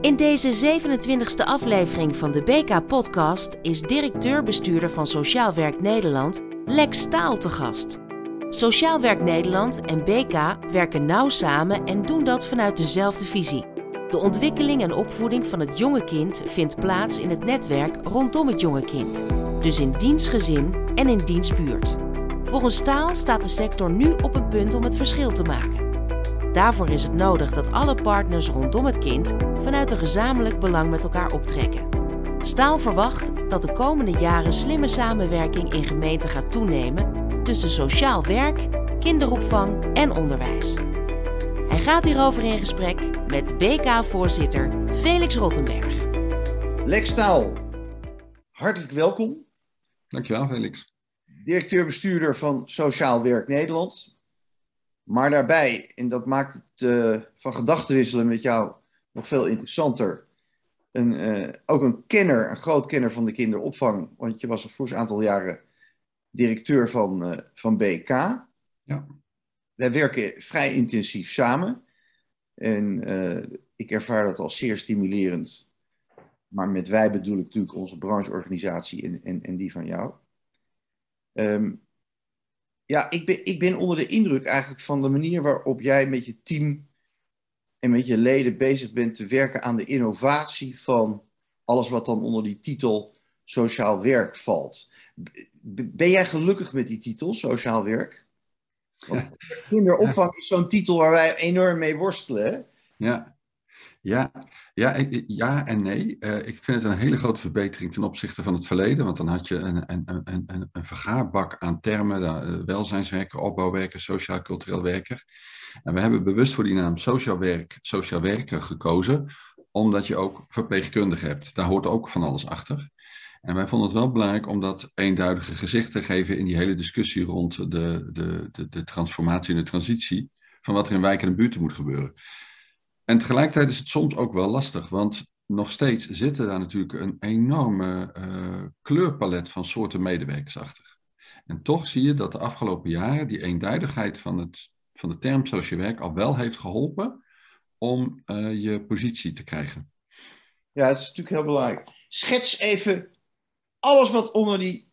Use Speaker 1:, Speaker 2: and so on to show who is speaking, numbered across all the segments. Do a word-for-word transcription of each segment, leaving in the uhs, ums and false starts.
Speaker 1: In deze zevenentwintigste aflevering van de B K-podcast is directeur-bestuurder van Sociaal Werk Nederland, Lex Staal, te gast. Sociaal Werk Nederland en B K werken nauw samen en doen dat vanuit dezelfde visie. De ontwikkeling en opvoeding van het jonge kind vindt plaats in het netwerk rondom het jonge kind. Dus in diens gezin en in diens buurt. Volgens Staal staat de sector nu op een punt om het verschil te maken. Daarvoor is het nodig dat alle partners rondom het kind vanuit een gezamenlijk belang met elkaar optrekken. Staal verwacht dat de komende jaren slimme samenwerking in gemeenten gaat toenemen tussen sociaal werk, kinderopvang en onderwijs. Hij gaat hierover in gesprek met B K-voorzitter Felix Rottenberg.
Speaker 2: Lex Staal, hartelijk welkom.
Speaker 3: Dankjewel, Felix.
Speaker 2: Directeur-bestuurder van Sociaal Werk Nederland. Maar daarbij, en dat maakt het uh, van gedachtenwisselen met jou nog veel interessanter, een, uh, ook een kenner, een groot kenner van de kinderopvang. Want je was een fors aantal jaren directeur van, uh, van B K.
Speaker 3: Ja.
Speaker 2: Wij werken vrij intensief samen. En uh, ik ervaar dat als zeer stimulerend. Maar met wij bedoel ik natuurlijk onze brancheorganisatie en, en, en die van jou. Um, ja, ik ben, ik ben onder de indruk eigenlijk van de manier waarop jij met je team en met je leden bezig bent te werken aan de innovatie van alles wat dan onder die titel sociaal werk valt. Ben jij gelukkig met die titel, sociaal werk? Want kinderopvang is zo'n titel waar wij enorm mee worstelen. Hè?
Speaker 3: Ja. Ja, ja, ja en nee. Uh, ik vind het een hele grote verbetering ten opzichte van het verleden. Want dan had je een, een, een, een, een vergaarbak aan termen. Uh, welzijnswerker, opbouwwerker, sociaal-cultureel werker. En we hebben bewust voor die naam sociaal werk, sociaal werker gekozen. Omdat je ook verpleegkundigen hebt. Daar hoort ook van alles achter. En wij vonden het wel belangrijk om dat eenduidige gezicht te geven in die hele discussie rond de, de, de, de transformatie en de transitie van wat er in wijken en buurten moet gebeuren. En tegelijkertijd is het soms ook wel lastig, want nog steeds zitten daar natuurlijk een enorme uh, kleurpalet van soorten medewerkers achter. En toch zie je dat de afgelopen jaren die eenduidigheid van, het, van de term sociaal werk al wel heeft geholpen om uh, je positie te krijgen.
Speaker 2: Ja, dat is natuurlijk heel belangrijk. Schets even alles wat onder die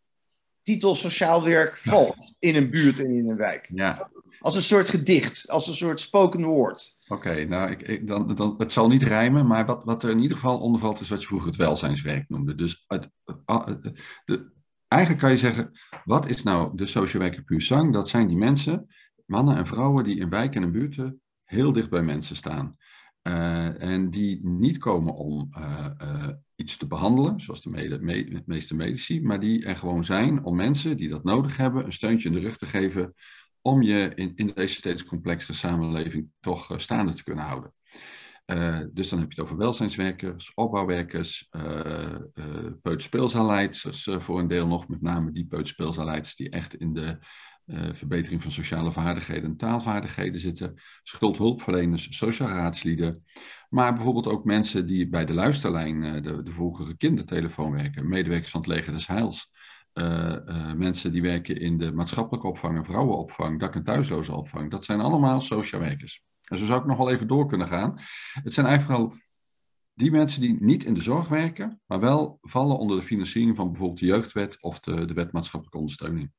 Speaker 2: titel sociaal werk valt in een buurt en in een wijk.
Speaker 3: Ja.
Speaker 2: Als een soort gedicht, als een soort spoken word.
Speaker 3: Oké, okay, nou, ik, ik, dan, dan, het zal niet rijmen, maar wat, wat er in ieder geval onder valt is wat je vroeger het welzijnswerk noemde. Dus het, het, de, eigenlijk kan je zeggen, wat is nou de sociaal werker puur zang? Dat zijn die mensen, mannen en vrouwen die in wijken en buurten heel dicht bij mensen staan. Uh, en die niet komen om uh, uh, iets te behandelen, zoals de mede, me, meeste medici, maar die er gewoon zijn om mensen die dat nodig hebben een steuntje in de rug te geven om je in, in deze steeds complexere samenleving toch uh, staande te kunnen houden. Uh, dus dan heb je het over welzijnswerkers, opbouwwerkers, uh, uh, peuterspeelzaamleidsters, uh, voor een deel nog met name die peuterspeelzaamleidsters die echt in de uh, verbetering van sociale vaardigheden en taalvaardigheden zitten, schuldhulpverleners, sociaal raadslieden, maar bijvoorbeeld ook mensen die bij de luisterlijn, uh, de, de vroegere kindertelefoon werken, medewerkers van het Leger des Heils, Uh, uh, mensen die werken in de maatschappelijke opvang en vrouwenopvang, dak- en thuislozenopvang. Dat zijn allemaal sociaal werkers. En zo zou ik nog wel even door kunnen gaan. Het zijn eigenlijk vooral die mensen die niet in de zorg werken, maar wel vallen onder de financiering van bijvoorbeeld de jeugdwet of de, de wet maatschappelijke ondersteuning.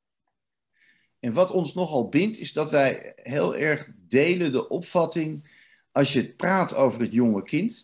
Speaker 2: En wat ons nogal bindt, is dat wij heel erg delen de opvatting, als je praat over het jonge kind,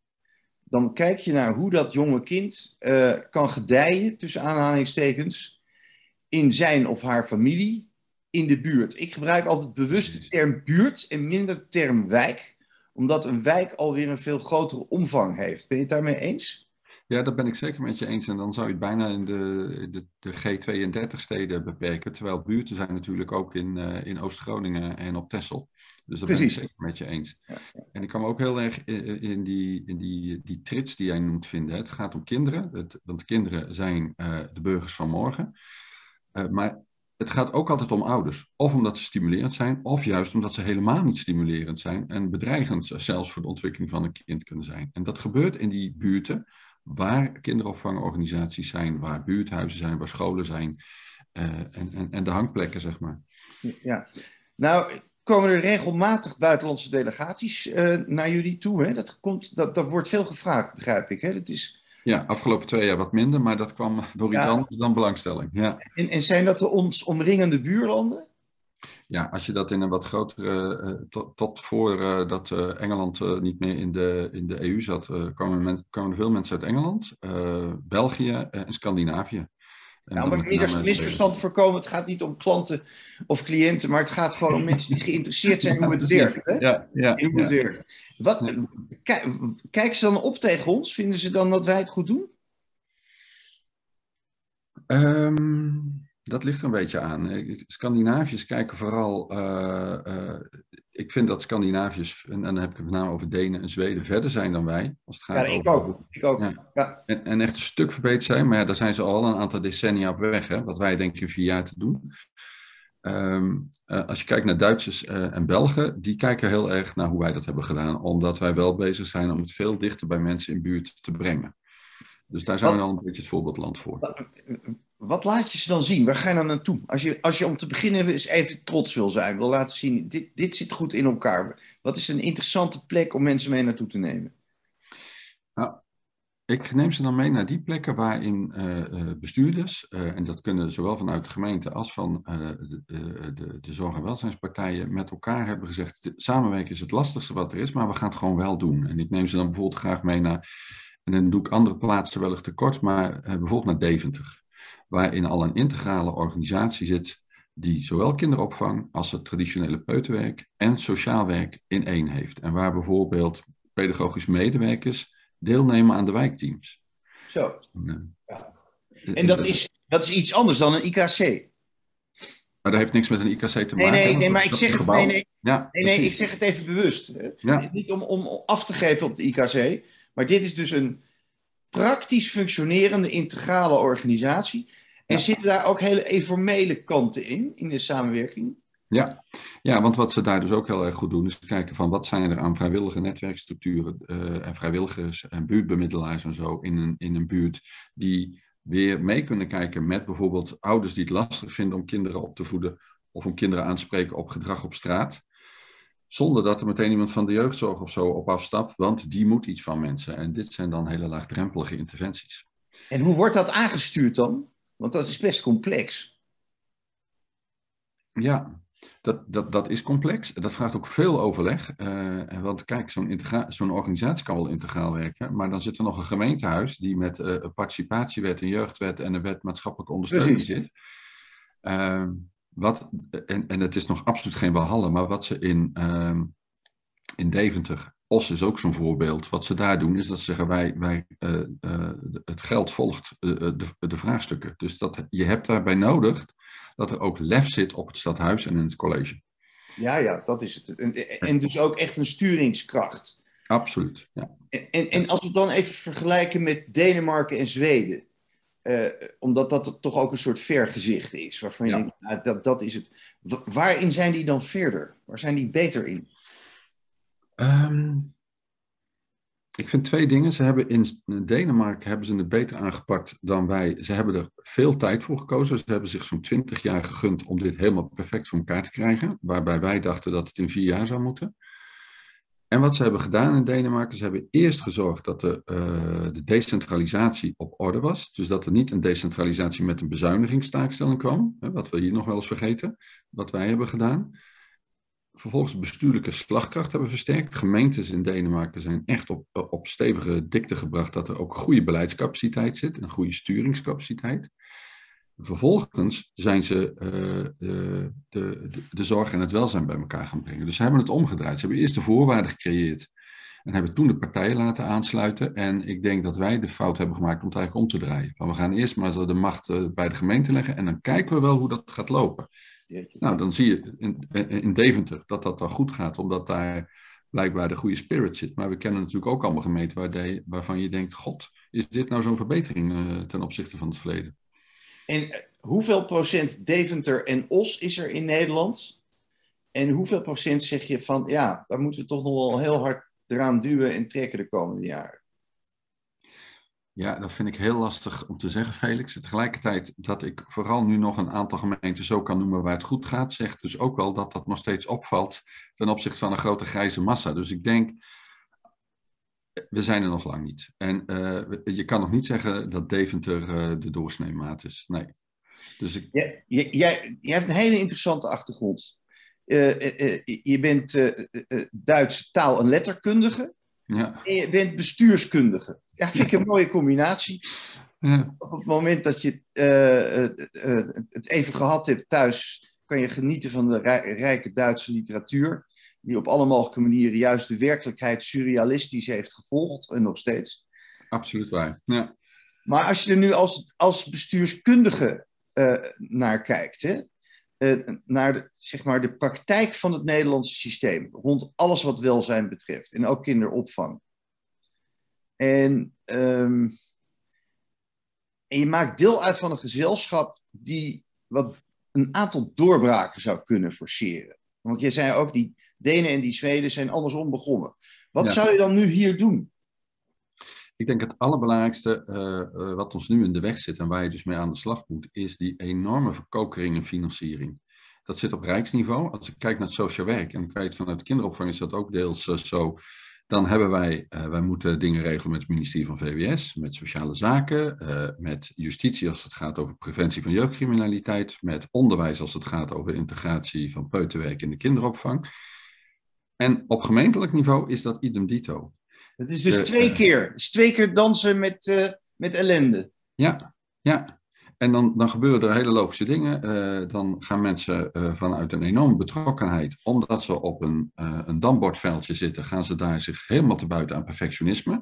Speaker 2: dan kijk je naar hoe dat jonge kind uh, kan gedijen, tussen aanhalingstekens, in zijn of haar familie, in de buurt. Ik gebruik altijd bewust de term buurt en minder de term wijk, omdat een wijk alweer een veel grotere omvang heeft. Ben je het daarmee eens?
Speaker 3: Ja, dat ben ik zeker met je eens. En dan zou je het bijna in de, de, de G tweeëndertig steden beperken. Terwijl buurten zijn natuurlijk ook in, uh, in Oost-Groningen en op Texel. Dus dat
Speaker 2: Precies.
Speaker 3: Ben ik zeker met je eens.
Speaker 2: Ja, ja.
Speaker 3: En ik kan me ook heel erg in, in, die, in die, die trits die jij noemt vinden. Het gaat om kinderen. Het, want kinderen zijn uh, de burgers van morgen. Uh, maar het gaat ook altijd om ouders. Of omdat ze stimulerend zijn, of juist omdat ze helemaal niet stimulerend zijn. En bedreigend zelfs voor de ontwikkeling van een kind kunnen zijn. En dat gebeurt in die buurten, waar kinderopvangorganisaties zijn, waar buurthuizen zijn, waar scholen zijn. Uh, en, en, en de hangplekken, zeg maar.
Speaker 2: Ja, nou, komen er regelmatig buitenlandse delegaties uh, naar jullie toe. Hè? Dat, komt, dat, dat wordt veel gevraagd, begrijp ik. Hè? Dat is...
Speaker 3: Ja, afgelopen twee jaar wat minder, maar dat kwam door iets ja. anders dan belangstelling. Ja.
Speaker 2: En, en zijn dat de ons omringende buurlanden?
Speaker 3: Ja, als je dat in een wat grotere, uh, tot, tot voor uh, dat uh, Engeland uh, niet meer in de, in de E U zat, uh, kwamen, men, kwamen er veel mensen uit Engeland, uh, België uh, en Scandinavië. En
Speaker 2: nou, maar mis, misverstand voorkomen, het gaat niet om klanten of cliënten, maar het gaat gewoon om mensen die geïnteresseerd zijn in hoe het werkt. Hè?
Speaker 3: Ja, ja,
Speaker 2: in hoe het
Speaker 3: ja.
Speaker 2: werkt. Wat,
Speaker 3: Ja.
Speaker 2: kijk, kijken ze dan op tegen ons? Vinden ze dan dat wij het goed doen?
Speaker 3: Um, dat ligt er een beetje aan. Scandinaviërs kijken vooral... Uh, uh, ik vind dat Scandinaviërs, en dan heb ik het met name over Denen en Zweden, verder zijn dan wij. Als het gaat
Speaker 2: ja, ik
Speaker 3: over,
Speaker 2: ook. Ik ook.
Speaker 3: Ja.
Speaker 2: Ja.
Speaker 3: En, en echt een stuk verbeterd zijn, maar ja, daar zijn ze al een aantal decennia op weg. Hè, wat wij denk ik in vier jaar te doen. Um, uh, als je kijkt naar Duitsers uh, en Belgen, die kijken heel erg naar hoe wij dat hebben gedaan. Omdat wij wel bezig zijn om het veel dichter bij mensen in buurt te brengen. Dus daar zijn wat, we al een beetje het voorbeeldland voor.
Speaker 2: Wat, wat laat je ze dan zien? Waar ga je dan naartoe? Als je, als je om te beginnen eens even trots wil zijn, wil laten zien, dit, dit zit goed in elkaar. Wat is een interessante plek om mensen mee naartoe te nemen?
Speaker 3: Nou, ik neem ze dan mee naar die plekken waarin uh, bestuurders, uh, en dat kunnen zowel vanuit de gemeente als van uh, de, de, de, de zorg- en welzijnspartijen, met elkaar hebben gezegd, samenwerken is het lastigste wat er is, maar we gaan het gewoon wel doen. En ik neem ze dan bijvoorbeeld graag mee naar, en dan doe ik andere plaatsen wellicht tekort, maar uh, bijvoorbeeld naar Deventer, waarin al een integrale organisatie zit die zowel kinderopvang als het traditionele peuterwerk en sociaal werk in één heeft. En waar bijvoorbeeld pedagogisch medewerkers deelnemen aan de wijkteams.
Speaker 2: Zo. Ja. En dat is, dat is iets anders dan een I K C.
Speaker 3: Maar dat heeft niks met een I K C te maken.
Speaker 2: Nee, nee, nee maar ik zeg het, nee, nee,
Speaker 3: ja,
Speaker 2: nee, nee, ik zeg het even bewust. Ja. Niet om, om af te geven op de I K C, maar dit is dus een praktisch functionerende integrale organisatie. En ja. Zitten daar ook hele informele kanten in, in de samenwerking?
Speaker 3: Ja. ja, want wat ze daar dus ook heel erg goed doen, is kijken van wat zijn er aan vrijwillige netwerkstructuren uh, en vrijwilligers en buurtbemiddelaars en zo in een, in een buurt die weer mee kunnen kijken met bijvoorbeeld ouders die het lastig vinden om kinderen op te voeden of om kinderen aan te spreken op gedrag op straat. Zonder dat er meteen iemand van de jeugdzorg of zo op afstapt, want die moet iets van mensen. En dit zijn dan hele laagdrempelige interventies.
Speaker 2: En hoe wordt dat aangestuurd dan? Want dat is best complex.
Speaker 3: Ja, dat, dat, dat is complex. Dat vraagt ook veel overleg. Uh, want kijk, zo'n, integra- zo'n organisatie kan wel integraal werken, maar dan zit er nog een gemeentehuis die met uh, een participatiewet, een jeugdwet en een wet maatschappelijke ondersteuning zit. Uh, wat, en, en het is nog absoluut geen walhalla, maar wat ze in, uh, in Deventer, Os is ook zo'n voorbeeld, wat ze daar doen is dat ze zeggen wij, wij uh, uh, het geld volgt uh, de, de vraagstukken. Dus dat, je hebt daarbij nodig dat er ook lef zit op het stadhuis en in het college.
Speaker 2: Ja, ja, dat is het. En, en dus ook echt een sturingskracht.
Speaker 3: Absoluut, ja.
Speaker 2: En, en, en als we het dan even vergelijken met Denemarken en Zweden, uh, omdat dat toch ook een soort vergezicht is, waarvan je ja. denkt, nou, dat, dat is het. Waarin zijn die dan verder? Waar zijn die beter in?
Speaker 3: Um, ik vind twee dingen. Ze hebben in Denemarken hebben ze het beter aangepakt dan wij. Ze hebben er veel tijd voor gekozen. Ze hebben zich zo'n twintig jaar gegund om dit helemaal perfect voor elkaar te krijgen. Waarbij wij dachten dat het in vier jaar zou moeten. En wat ze hebben gedaan in Denemarken, ze hebben eerst gezorgd dat de, uh, de decentralisatie op orde was. Dus dat er niet een decentralisatie met een bezuinigingstaakstelling kwam. Hè, wat we hier nog wel eens vergeten. Wat wij hebben gedaan. Vervolgens de bestuurlijke slagkracht hebben versterkt. Gemeentes in Denemarken zijn echt op, op stevige dikte gebracht dat er ook goede beleidscapaciteit zit. Een goede sturingscapaciteit. Vervolgens zijn ze uh, de, de, de, de zorg en het welzijn bij elkaar gaan brengen. Dus ze hebben het omgedraaid. Ze hebben eerst de voorwaarden gecreëerd. En hebben toen de partijen laten aansluiten. En ik denk dat wij de fout hebben gemaakt om het eigenlijk om te draaien. Want we gaan eerst maar zo de macht uh, bij de gemeente leggen. En dan kijken we wel hoe dat gaat lopen. Nou, dan zie je in, in Deventer dat dat dan goed gaat, omdat daar blijkbaar de goede spirit zit. Maar we kennen natuurlijk ook allemaal gemeenten waar de, waarvan je denkt, god, is dit nou zo'n verbetering uh, ten opzichte van het verleden?
Speaker 2: En uh, hoeveel procent Deventer en Os is er in Nederland? En hoeveel procent zeg je van, ja, daar moeten we toch nog wel heel hard eraan duwen en trekken de komende jaren?
Speaker 3: Ja, dat vind ik heel lastig om te zeggen, Felix. Tegelijkertijd dat ik vooral nu nog een aantal gemeenten zo kan noemen waar het goed gaat, zegt dus ook wel dat dat nog steeds opvalt ten opzichte van een grote grijze massa. Dus ik denk, we zijn er nog lang niet. En uh, je kan nog niet zeggen dat Deventer uh, de doorsneemaat is. Nee. Dus ik...
Speaker 2: ja, jij, jij, jij hebt een hele interessante achtergrond. Uh, uh, uh, je bent uh, uh, Duitse taal- en letterkundige.
Speaker 3: Ja.
Speaker 2: En je bent bestuurskundige. Ja, vind ik een mooie combinatie.
Speaker 3: Ja.
Speaker 2: Op het moment dat je uh, uh, uh, het even gehad hebt thuis, kan je genieten van de rijke Duitse literatuur, die op alle mogelijke manieren juist de werkelijkheid surrealistisch heeft gevolgd, en nog steeds.
Speaker 3: Absoluut waar, ja.
Speaker 2: Maar als je er nu als, als bestuurskundige uh, naar kijkt, hè, uh, naar de, zeg maar de praktijk van het Nederlandse systeem, rond alles wat welzijn betreft, en ook kinderopvang. En, um, en je maakt deel uit van een gezelschap die wat een aantal doorbraken zou kunnen forceren. Want je zei ook, die Denen en die Zweden zijn andersom begonnen. Wat ja. zou je dan nu hier doen?
Speaker 3: Ik denk het allerbelangrijkste uh, uh, wat ons nu in de weg zit en waar je dus mee aan de slag moet, is die enorme verkokering in financiering. Dat zit op rijksniveau. Als ik kijk naar het sociaal werk, en ik weet vanuit de kinderopvang is dat ook deels uh, zo, dan hebben wij, uh, wij moeten dingen regelen met het ministerie van V W S, met sociale zaken, uh, met justitie als het gaat over preventie van jeugdcriminaliteit, met onderwijs als het gaat over integratie van peuterwerk in de kinderopvang. En op gemeentelijk niveau is dat idem dito.
Speaker 2: Het is dus uh, twee keer. Het is twee keer dansen met, uh, met ellende.
Speaker 3: Ja, ja. En dan, dan gebeuren er hele logische dingen. Uh, dan gaan mensen uh, vanuit een enorme betrokkenheid, omdat ze op een, uh, een dambordveldje zitten, gaan ze daar zich helemaal te buiten aan perfectionisme.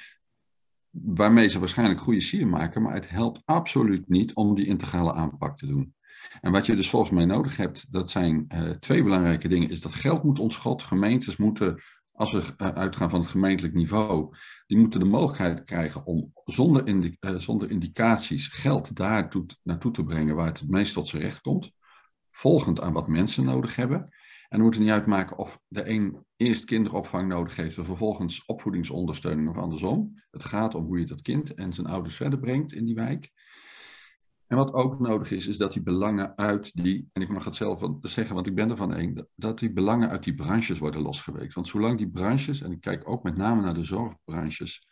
Speaker 3: Waarmee ze waarschijnlijk goede sier maken, maar het helpt absoluut niet om die integrale aanpak te doen. En wat je dus volgens mij nodig hebt, dat zijn uh, twee belangrijke dingen. Is dat geld moet ontschot. Gemeentes moeten, als we uh, uitgaan van het gemeentelijk niveau, die moeten de mogelijkheid krijgen om zonder, indi- uh, zonder indicaties geld daar toe, naartoe te brengen waar het het meest tot zijn recht komt. Volgend aan wat mensen nodig hebben. En dan moet het niet uitmaken of de een eerst kinderopvang nodig heeft en vervolgens opvoedingsondersteuning of andersom. Het gaat om hoe je dat kind en zijn ouders verder brengt in die wijk. En wat ook nodig is, is dat die belangen uit die, en ik mag het zelf zeggen, want ik ben er van één, dat die belangen uit die branches worden losgeweekt. Want zolang die branches, en ik kijk ook met name naar de zorgbranches,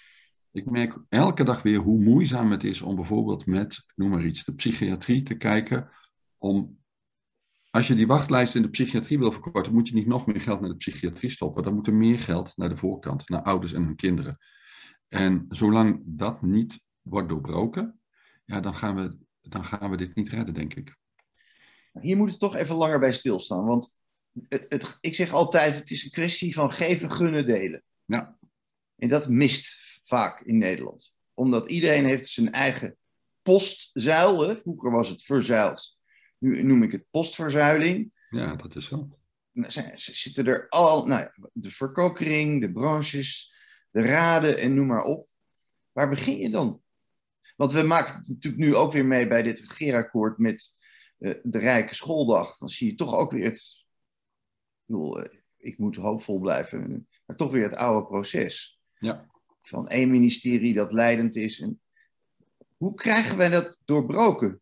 Speaker 3: ik merk elke dag weer hoe moeizaam het is om bijvoorbeeld met, noem maar iets, de psychiatrie te kijken. Om, als je die wachtlijst in de psychiatrie wil verkorten, moet je niet nog meer geld naar de psychiatrie stoppen. Dan moet er meer geld naar de voorkant, naar ouders en hun kinderen. En zolang dat niet wordt doorbroken, ja, dan gaan we, dan gaan we dit niet redden, denk ik.
Speaker 2: Hier moet het toch even langer bij stilstaan. Want het, het, ik zeg altijd, het is een kwestie van geven, gunnen, delen.
Speaker 3: Ja.
Speaker 2: En dat mist vaak in Nederland. Omdat iedereen heeft zijn eigen postzuil. Hè? Vroeger was het verzuild. Nu noem ik het postverzuiling.
Speaker 3: Ja, dat is zo.
Speaker 2: Ze zitten er al, nou, de verkokering, de branches, de raden en noem maar op. Waar begin je dan? Want we maken het natuurlijk nu ook weer mee bij dit regeerakkoord met uh, de rijke schooldag. Dan zie je toch ook weer het... Ik bedoel, uh, ik moet hoopvol blijven, maar toch weer het oude proces.
Speaker 3: Ja.
Speaker 2: Van één ministerie dat leidend is. En hoe krijgen wij dat doorbroken?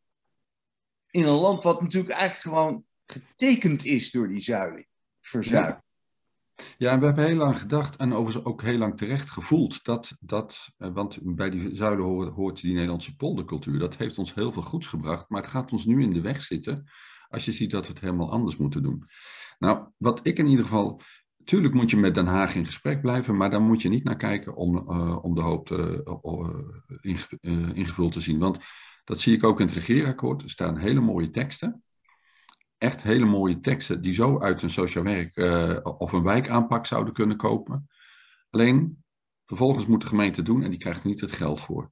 Speaker 2: In een land wat natuurlijk eigenlijk gewoon getekend is door die zuiling. Verzuiling.
Speaker 3: Ja. Ja, en we hebben heel lang gedacht en overigens ook heel lang terecht gevoeld dat, dat want bij die zuilen hoort, hoort die Nederlandse poldercultuur, dat heeft ons heel veel goeds gebracht, maar het gaat ons nu in de weg zitten als je ziet dat we het helemaal anders moeten doen. Nou, wat ik in ieder geval, tuurlijk moet je met Den Haag in gesprek blijven, maar daar moet je niet naar kijken om, uh, om de hoop te, uh, inge, uh, ingevuld te zien, want dat zie ik ook in het regeerakkoord, er staan hele mooie teksten. Echt hele mooie teksten die zo uit een sociaal werk uh, of een wijkaanpak zouden kunnen kopen. Alleen, vervolgens moet de gemeente doen en die krijgt niet het geld voor.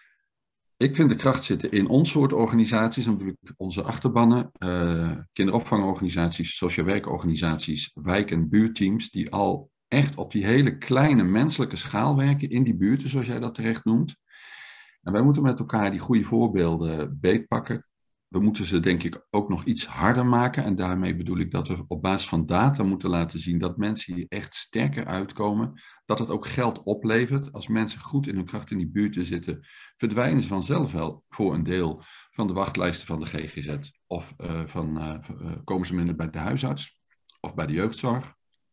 Speaker 3: Ik vind de kracht zitten in ons soort organisaties, natuurlijk onze achterbannen, uh, kinderopvangorganisaties, sociaal werkorganisaties, wijk- en buurtteams, die al echt op die hele kleine menselijke schaal werken in die buurten, zoals jij dat terecht noemt. En wij moeten met elkaar die goede voorbeelden beetpakken. we moeten ze denk ik ook nog iets harder maken. En daarmee bedoel ik dat we op basis van data moeten laten zien dat mensen hier echt sterker uitkomen. Dat het ook geld oplevert. Als mensen goed in hun kracht in die buurten zitten, verdwijnen ze vanzelf wel voor een deel van de wachtlijsten van de G G Z. Of uh, van, uh, uh, komen ze minder bij de huisarts of bij de jeugdzorg.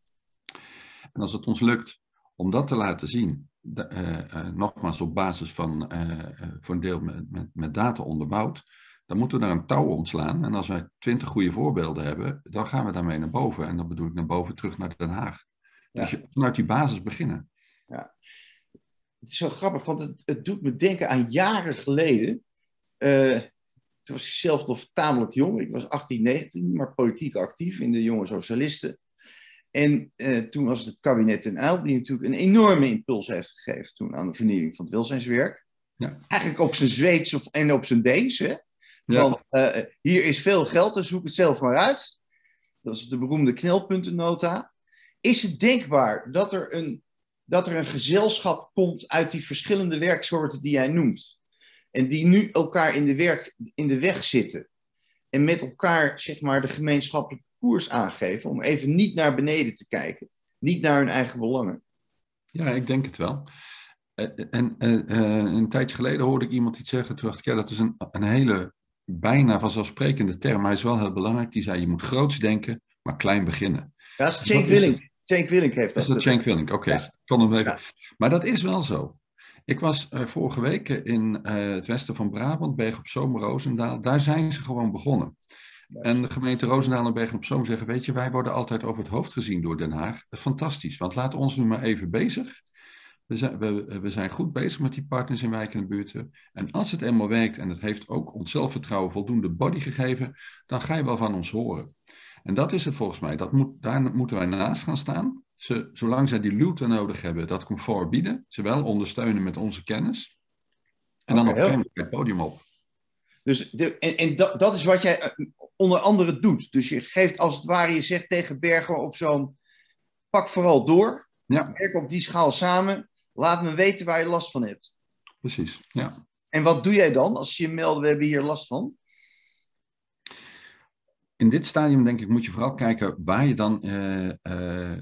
Speaker 3: En als het ons lukt om dat te laten zien, de, uh, uh, nogmaals op basis van uh, uh, voor een deel met, met, met data onderbouwd, dan moeten we daar een touw omslaan. En als wij twintig goede voorbeelden hebben, dan gaan we daarmee naar boven. En dan bedoel ik naar boven terug naar Den Haag. Ja. Dus je, vanuit die basis beginnen.
Speaker 2: Ja. Het is zo grappig, want het, het doet me denken aan jaren geleden. Uh, toen was ik zelf nog tamelijk jong. Ik was achttien, negentien, maar politiek actief in de Jonge Socialisten. En uh, toen was het het kabinet Ten Uyl, die natuurlijk een enorme impuls heeft gegeven toen aan de vernieuwing van het welzijnswerk. Ja. Eigenlijk op zijn Zweeds of, en op zijn Deens. Hè? Van, ja. uh, hier is veel geld, dus zoek het zelf maar uit. Dat is de beroemde knelpuntennota. Is het denkbaar dat er een, dat er een gezelschap komt uit die verschillende werksoorten die jij noemt? En die nu elkaar in de, werk, in de weg zitten. En met elkaar, zeg maar, de gemeenschappelijke koers aangeven. Om even niet naar beneden te kijken. Niet naar hun eigen belangen.
Speaker 3: Ja, ik denk het wel. En uh, uh, een tijdje geleden hoorde ik iemand iets zeggen. Toen dacht ik, ja, dat is een, een hele bijna vanzelfsprekende term. Maar hij is wel heel belangrijk. Die zei, je moet groots denken, maar klein beginnen.
Speaker 2: Ja, dat is Cenk Willink. Cenk Willink heeft dat.
Speaker 3: Dat is Cenk Willink, oké. Okay. Ja. Kon hem even.
Speaker 2: Ja.
Speaker 3: Maar dat is wel zo. Ik was uh, vorige week in uh, het westen van Brabant, Bergen op Zoom, Roosendaal. Daar zijn ze gewoon begonnen. Yes. En de gemeente Roosendaal en Bergen op Zoom zeggen, weet je, wij worden altijd over het hoofd gezien door Den Haag. Dat is fantastisch, want laat ons nu maar even bezig. We zijn, we, we zijn goed bezig met die partners in wijken en buurten. En als het eenmaal werkt en het heeft ook ons zelfvertrouwen voldoende body gegeven, dan ga je wel van ons horen. En dat is het volgens mij. Dat moet, daar moeten wij naast gaan staan. Ze, zolang zij die luwte nodig hebben, dat comfort bieden. Ze wel ondersteunen met onze kennis. En dan okay, op een het podium op.
Speaker 2: Dus de, en en dat, dat is wat jij onder andere doet. Dus je geeft als het ware, je zegt tegen Bergen op zo'n pak vooral door.
Speaker 3: Ja.
Speaker 2: Werk op die schaal samen. Laat me weten waar je last van hebt.
Speaker 3: Precies, ja.
Speaker 2: En wat doe jij dan als je meldt, we hebben hier last van?
Speaker 3: In dit stadium denk ik moet je vooral kijken waar je dan uh, uh, uh,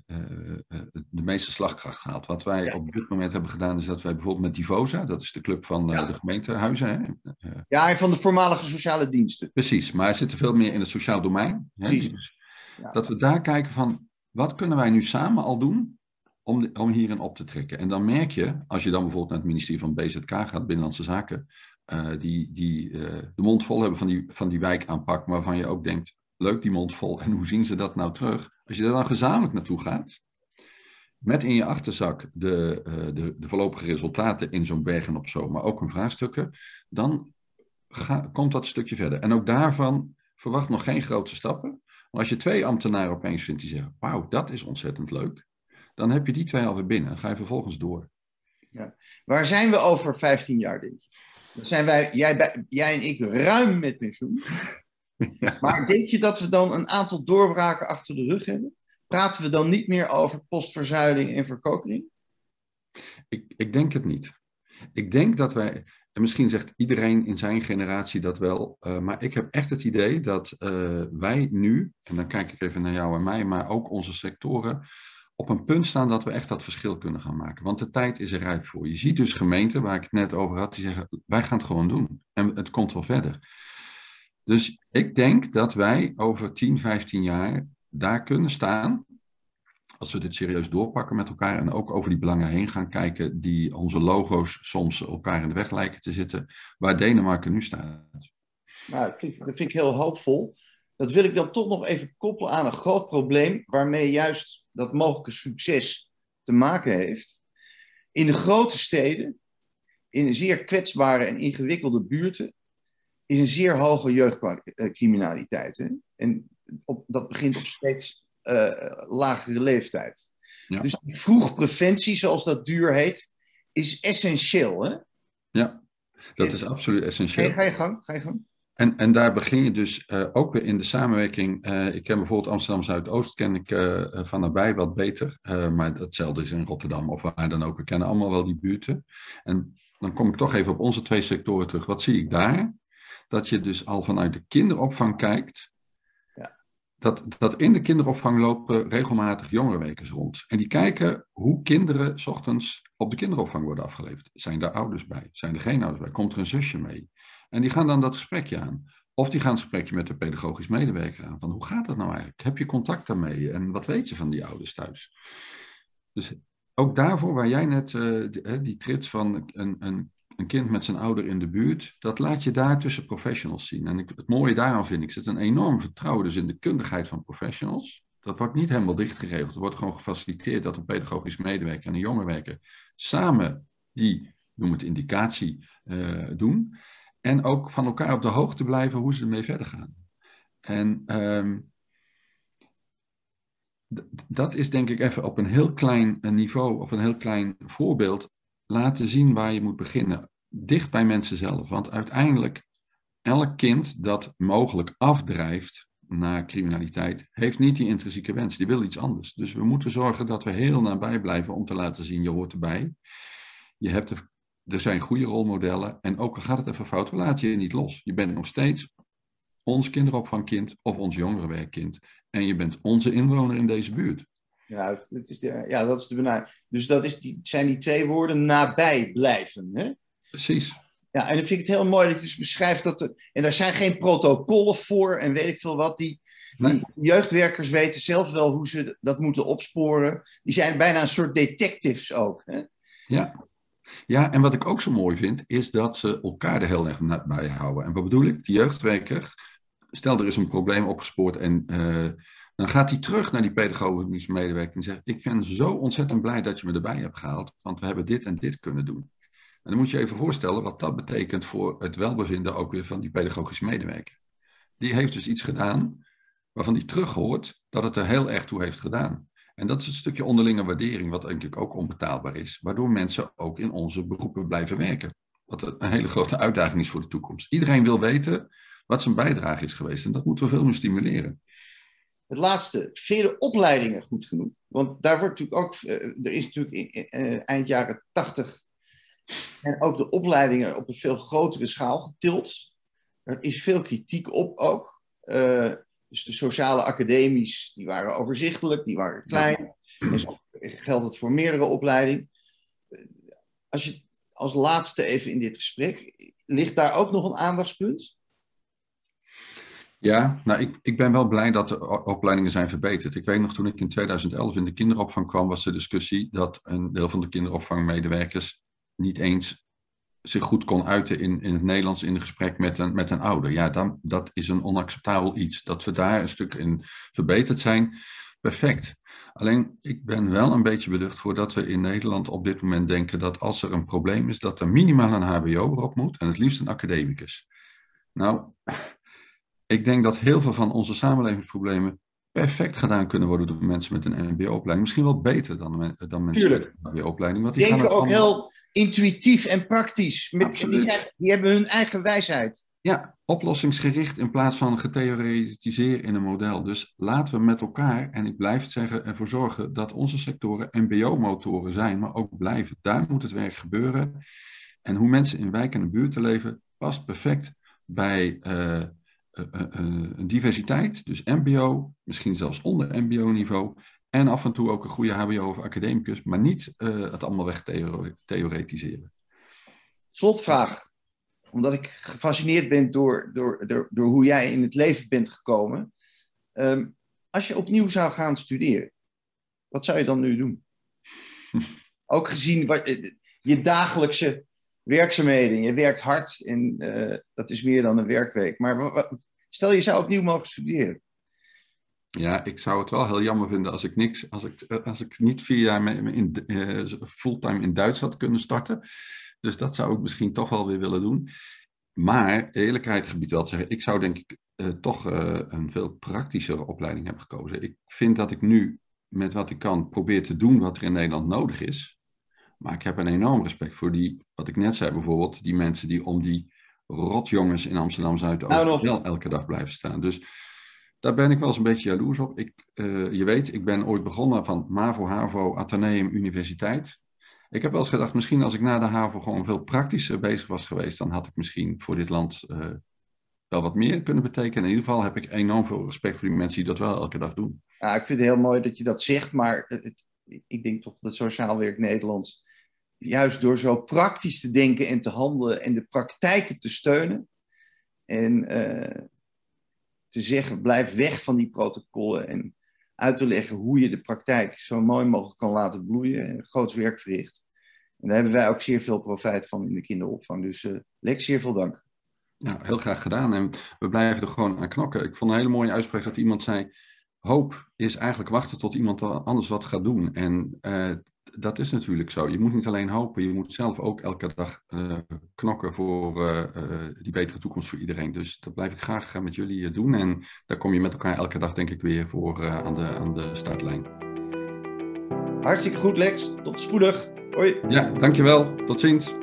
Speaker 3: de meeste slagkracht haalt. Wat wij ja. op dit moment hebben gedaan is dat wij bijvoorbeeld met Divosa, dat is de club van uh, ja. de gemeentehuizen. Hè? Uh,
Speaker 2: ja, en van de voormalige sociale diensten.
Speaker 3: Precies, maar hij zit veel meer in het sociaal domein. Hè? Dus ja. Dat we daar kijken van, wat kunnen wij nu samen al doen om, de, om hierin op te trekken. En dan merk je, als je dan bijvoorbeeld naar het ministerie van B Z K gaat, Binnenlandse Zaken, uh, die, die uh, de mond vol hebben van die, van die wijkaanpak, waarvan je ook denkt, leuk die mond vol. En hoe zien ze dat nou terug? Als je er dan gezamenlijk naartoe gaat, met in je achterzak de, uh, de, de voorlopige resultaten in zo'n Bergen op Zoom, maar ook hun vraagstukken, dan ga, komt dat stukje verder. En ook daarvan verwacht nog geen grote stappen. Maar als je twee ambtenaren opeens vindt die zeggen, wauw, dat is ontzettend leuk, dan heb je die twee alweer binnen en ga je vervolgens door.
Speaker 2: Ja. Waar zijn we over vijftien jaar, denk je? Dan zijn wij, jij, jij en ik, ruim met pensioen. Ja. Maar denk je dat we dan een aantal doorbraken achter de rug hebben? Praten we dan niet meer over postverzuiling en verkokering?
Speaker 3: Ik, ik denk het niet. Ik denk dat wij, en misschien zegt iedereen in zijn generatie dat wel, uh, maar ik heb echt het idee dat uh, wij nu, en dan kijk ik even naar jou en mij, maar ook onze sectoren, op een punt staan dat we echt dat verschil kunnen gaan maken. Want de tijd is er rijp voor. Je ziet dus gemeenten, waar ik het net over had, die zeggen, wij gaan het gewoon doen. En het komt wel verder. Dus ik denk dat wij over tien, vijftien jaar daar kunnen staan, als we dit serieus doorpakken met elkaar en ook over die belangen heen gaan kijken, die onze logo's soms elkaar in de weg lijken te zitten, waar Denemarken nu staat.
Speaker 2: Nou, dat vind ik heel hoopvol. Dat wil ik dan toch nog even koppelen aan een groot probleem, waarmee juist dat mogelijke succes te maken heeft. In de grote steden, in zeer kwetsbare en ingewikkelde buurten, is een zeer hoge jeugdcriminaliteit. Hè? En op, dat begint op steeds uh, lagere leeftijd. Ja. Dus die vroegpreventie, zoals dat duur heet, is essentieel. Hè?
Speaker 3: Ja, dat en, is absoluut essentieel.
Speaker 2: Ga je, ga je gang, ga je gang.
Speaker 3: En, en daar begin je dus uh, ook weer in de samenwerking. Uh, ik ken bijvoorbeeld Amsterdam Zuidoost, ken ik uh, van nabij wat beter. Uh, maar hetzelfde is in Rotterdam of waar dan ook. We kennen allemaal wel die buurten. En dan kom ik toch even op onze twee sectoren terug. Wat zie ik daar? dat je dus al vanuit de kinderopvang kijkt.
Speaker 2: Ja.
Speaker 3: Dat, dat in de kinderopvang lopen regelmatig jongerenwerkers rond. En die kijken hoe kinderen 's ochtends op de kinderopvang worden afgeleverd. Zijn er ouders bij? Zijn er geen ouders bij? Komt er een zusje mee? En die gaan dan dat gesprekje aan. Of die gaan een gesprekje met de pedagogisch medewerker aan. Van hoe gaat dat nou eigenlijk? Heb je contact daarmee? En wat weet je van die ouders thuis? Dus ook daarvoor, waar jij net uh, die, die trits van een, een, een kind met zijn ouder in de buurt, dat laat je daar tussen professionals zien. En ik, het mooie daaraan vind ik, zit een enorm vertrouwen dus in de kundigheid van professionals. Dat wordt niet helemaal dichtgeregeld. Er wordt gewoon gefaciliteerd dat een pedagogisch medewerker en een jongerenwerker samen die, noem het indicatie, uh, doen. En ook van elkaar op de hoogte blijven hoe ze ermee verder gaan. En um, d- dat is denk ik even op een heel klein niveau of een heel klein voorbeeld laten zien waar je moet beginnen. Dicht bij mensen zelf. Want uiteindelijk, elk kind dat mogelijk afdrijft naar criminaliteit, heeft niet die intrinsieke wens. Die wil iets anders. Dus we moeten zorgen dat we heel nabij blijven om te laten zien, je hoort erbij. Je hebt er, er zijn goede rolmodellen. En ook al gaat het even fout, we laten je niet los. Je bent nog steeds ons kinderopvangkind of ons jongerenwerkkind. En je bent onze inwoner in deze buurt.
Speaker 2: Ja, dat is de, ja, dat is de benadering. Dus dat is die, zijn die twee woorden nabij blijven. Hè?
Speaker 3: Precies.
Speaker 2: Ja, en dan vind ik het heel mooi dat je dus beschrijft dat er... En daar zijn geen protocollen voor en weet ik veel wat. Die,
Speaker 3: Nee.
Speaker 2: die jeugdwerkers weten zelf wel hoe ze dat moeten opsporen. Die zijn bijna een soort detectives ook. Hè?
Speaker 3: Ja. Ja, en wat ik ook zo mooi vind, is dat ze elkaar er heel erg bij houden. En wat bedoel ik? De jeugdwerker, stel er is een probleem opgespoord en uh, dan gaat hij terug naar die pedagogische medewerker en zegt, ik ben zo ontzettend blij dat je me erbij hebt gehaald, want we hebben dit en dit kunnen doen. En dan moet je even voorstellen wat dat betekent voor het welbevinden ook weer van die pedagogische medewerker. Die heeft dus iets gedaan waarvan hij terug hoort dat het er heel erg toe heeft gedaan. En dat is een stukje onderlinge waardering, wat eigenlijk ook onbetaalbaar is, waardoor mensen ook in onze beroepen blijven werken. Wat een hele grote uitdaging is voor de toekomst. Iedereen wil weten wat zijn bijdrage is geweest en dat moeten we veel meer stimuleren.
Speaker 2: Het laatste, vind je de opleidingen goed genoeg? Want daar wordt natuurlijk ook, uh, er is natuurlijk in, in, uh, eind jaren tachtig en ook de opleidingen op een veel grotere schaal getild. Er is veel kritiek op ook. Uh, dus de sociale academies, die waren overzichtelijk, die waren klein. En zo geldt het voor meerdere opleidingen. Als je als laatste even in dit gesprek, ligt daar ook nog een aandachtspunt?
Speaker 3: Ja, nou ik, ik ben wel blij dat de opleidingen zijn verbeterd. Ik weet nog, toen ik in tweeduizend elf in de kinderopvang kwam, was de discussie dat een deel van de kinderopvangmedewerkers niet eens zich goed kon uiten in, in het Nederlands in een gesprek met een, met een ouder. Ja, dan, dat is een onacceptabel iets. Dat we daar een stuk in verbeterd zijn, perfect. Alleen, ik ben wel een beetje beducht voor dat we in Nederland op dit moment denken dat als er een probleem is, dat er minimaal een H B O'er op moet en het liefst een academicus. Nou, ik denk dat heel veel van onze samenlevingsproblemen perfect gedaan kunnen worden door mensen met een M B O-opleiding. Misschien wel beter dan, dan mensen
Speaker 2: Tuurlijk.
Speaker 3: met een M B O-opleiding. Want
Speaker 2: Die
Speaker 3: die
Speaker 2: denken
Speaker 3: gaan
Speaker 2: ook
Speaker 3: allemaal...
Speaker 2: heel intuïtief en praktisch. Met,
Speaker 3: Absoluut.
Speaker 2: die, zijn, die hebben hun eigen wijsheid.
Speaker 3: Ja, oplossingsgericht in plaats van getheoretiseren in een model. Dus laten we met elkaar, en ik blijf het zeggen, ervoor zorgen dat onze sectoren M B O-motoren zijn, maar ook blijven. Daar moet het werk gebeuren. En hoe mensen in wijken en buurten leven, past perfect bij uh, uh, uh, uh, diversiteit. Dus M B O, misschien zelfs onder M B O-niveau. En af en toe ook een goede H B O of academicus, maar niet uh, het allemaal weg theoretiseren.
Speaker 2: Slotvraag. Omdat ik gefascineerd ben door, door, door, door hoe jij in het leven bent gekomen. Um, als je opnieuw zou gaan studeren, wat zou je dan nu doen? Ook gezien wat, je dagelijkse werkzaamheden. Je werkt hard en uh, dat is meer dan een werkweek. Maar wat, stel je zou opnieuw mogen studeren.
Speaker 3: Ja, ik zou het wel heel jammer vinden als ik, niks, als ik, als ik niet vier jaar me, me in, uh, fulltime in Duits had kunnen starten. Dus dat zou ik misschien toch wel weer willen doen. Maar eerlijkheid gebied wel te zeggen, ik zou denk ik uh, toch uh, een veel praktischere opleiding hebben gekozen. Ik vind dat ik nu met wat ik kan probeer te doen wat er in Nederland nodig is. Maar ik heb een enorm respect voor die, wat ik net zei bijvoorbeeld, die mensen die om die rotjongens in Amsterdam Zuidoost nou, wel elke dag blijven staan. Dus daar ben ik wel eens een beetje jaloers op. Ik, uh, je weet, ik ben ooit begonnen van MAVO, HAVO, Atheneum, Universiteit. Ik heb wel eens gedacht, misschien als ik na de HAVO gewoon veel praktischer bezig was geweest, dan had ik misschien voor dit land uh, wel wat meer kunnen betekenen. In ieder geval heb ik enorm veel respect voor die mensen die dat wel elke dag doen.
Speaker 2: Ja, ik vind het heel mooi dat je dat zegt, maar het, ik denk toch dat Sociaal Werk Nederland, juist door zo praktisch te denken en te handelen en de praktijken te steunen en uh, te zeggen, blijf weg van die protocollen en uit te leggen hoe je de praktijk zo mooi mogelijk kan laten bloeien en groots werk verricht. En daar hebben wij ook zeer veel profijt van in de kinderopvang. Dus uh, Lex, zeer veel dank.
Speaker 3: Ja, heel graag gedaan. En we blijven er gewoon aan knokken. Ik vond een hele mooie uitspraak dat iemand zei, hoop is eigenlijk wachten tot iemand anders wat gaat doen. En uh, dat is natuurlijk zo. Je moet niet alleen hopen, je moet zelf ook elke dag uh, knokken voor uh, uh, die betere toekomst voor iedereen. Dus dat blijf ik graag uh, met jullie uh, doen. En daar kom je met elkaar elke dag denk ik weer voor uh, aan, de, aan de startlijn.
Speaker 2: Hartstikke goed, Lex. Tot spoedig. Hoi.
Speaker 3: Ja, dankjewel. Tot ziens.